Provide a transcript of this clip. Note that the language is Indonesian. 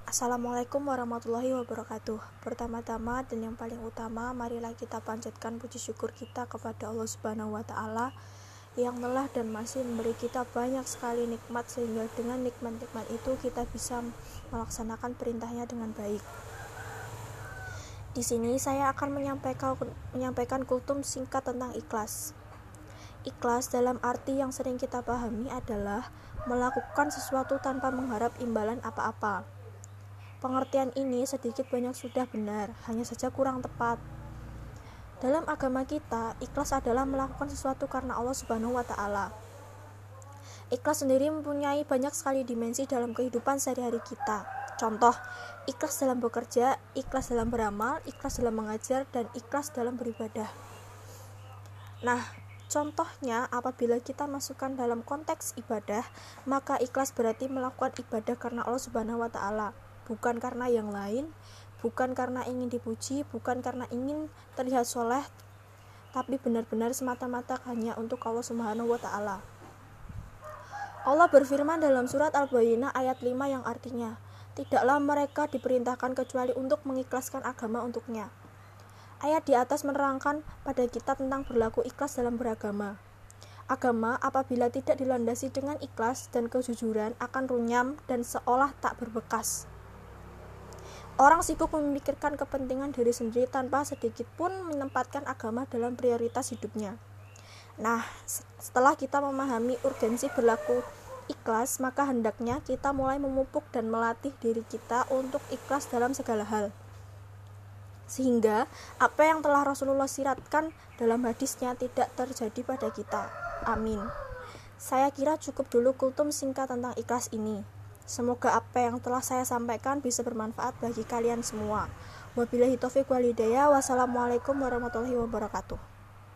Assalamualaikum warahmatullahi wabarakatuh. Pertama-tama dan yang paling utama, marilah kita panjatkan puji syukur kita kepada Allah Subhanahu wa taala yang telah dan masih memberi kita banyak sekali nikmat, sehingga dengan nikmat-nikmat itu kita bisa melaksanakan perintahnya dengan baik. Di sini saya akan menyampaikan kultum singkat tentang ikhlas. Ikhlas dalam arti yang sering kita pahami adalah melakukan sesuatu tanpa mengharap imbalan apa-apa. Pengertian ini sedikit banyak sudah benar, hanya saja kurang tepat. Dalam agama kita, ikhlas adalah melakukan sesuatu karena Allah Subhanahu wa taala. Ikhlas sendiri mempunyai banyak sekali dimensi dalam kehidupan sehari-hari kita. Contoh, ikhlas dalam bekerja, ikhlas dalam beramal, ikhlas dalam mengajar, dan ikhlas dalam beribadah. Nah, contohnya apabila kita masukkan dalam konteks ibadah, maka ikhlas berarti melakukan ibadah karena Allah Subhanahu wa taala. Bukan karena yang lain, bukan karena ingin dipuji, bukan karena ingin terlihat soleh, tapi benar-benar semata-mata hanya untuk Allah Subhanahu wa taala. Allah berfirman dalam surat Al-Bayyinah ayat 5 yang artinya, "Tidaklah mereka diperintahkan kecuali untuk mengikhlaskan agama untuknya." Ayat di atas menerangkan pada kita tentang berlaku ikhlas dalam beragama. Agama apabila tidak dilandasi dengan ikhlas dan kejujuran akan runyam dan seolah tak berbekas. Orang sibuk memikirkan kepentingan diri sendiri tanpa sedikit pun menempatkan agama dalam prioritas hidupnya. Nah, setelah kita memahami urgensi berlaku ikhlas, maka hendaknya kita mulai memupuk dan melatih diri kita untuk ikhlas dalam segala hal. Sehingga apa yang telah Rasulullah siratkan dalam hadisnya tidak terjadi pada kita. Amin. Saya kira cukup dulu kultum singkat tentang ikhlas ini. Semoga apa yang telah saya sampaikan bisa bermanfaat bagi kalian semua. Wabillahi taufiq wal hidayah. Wassalamualaikum warahmatullahi wabarakatuh.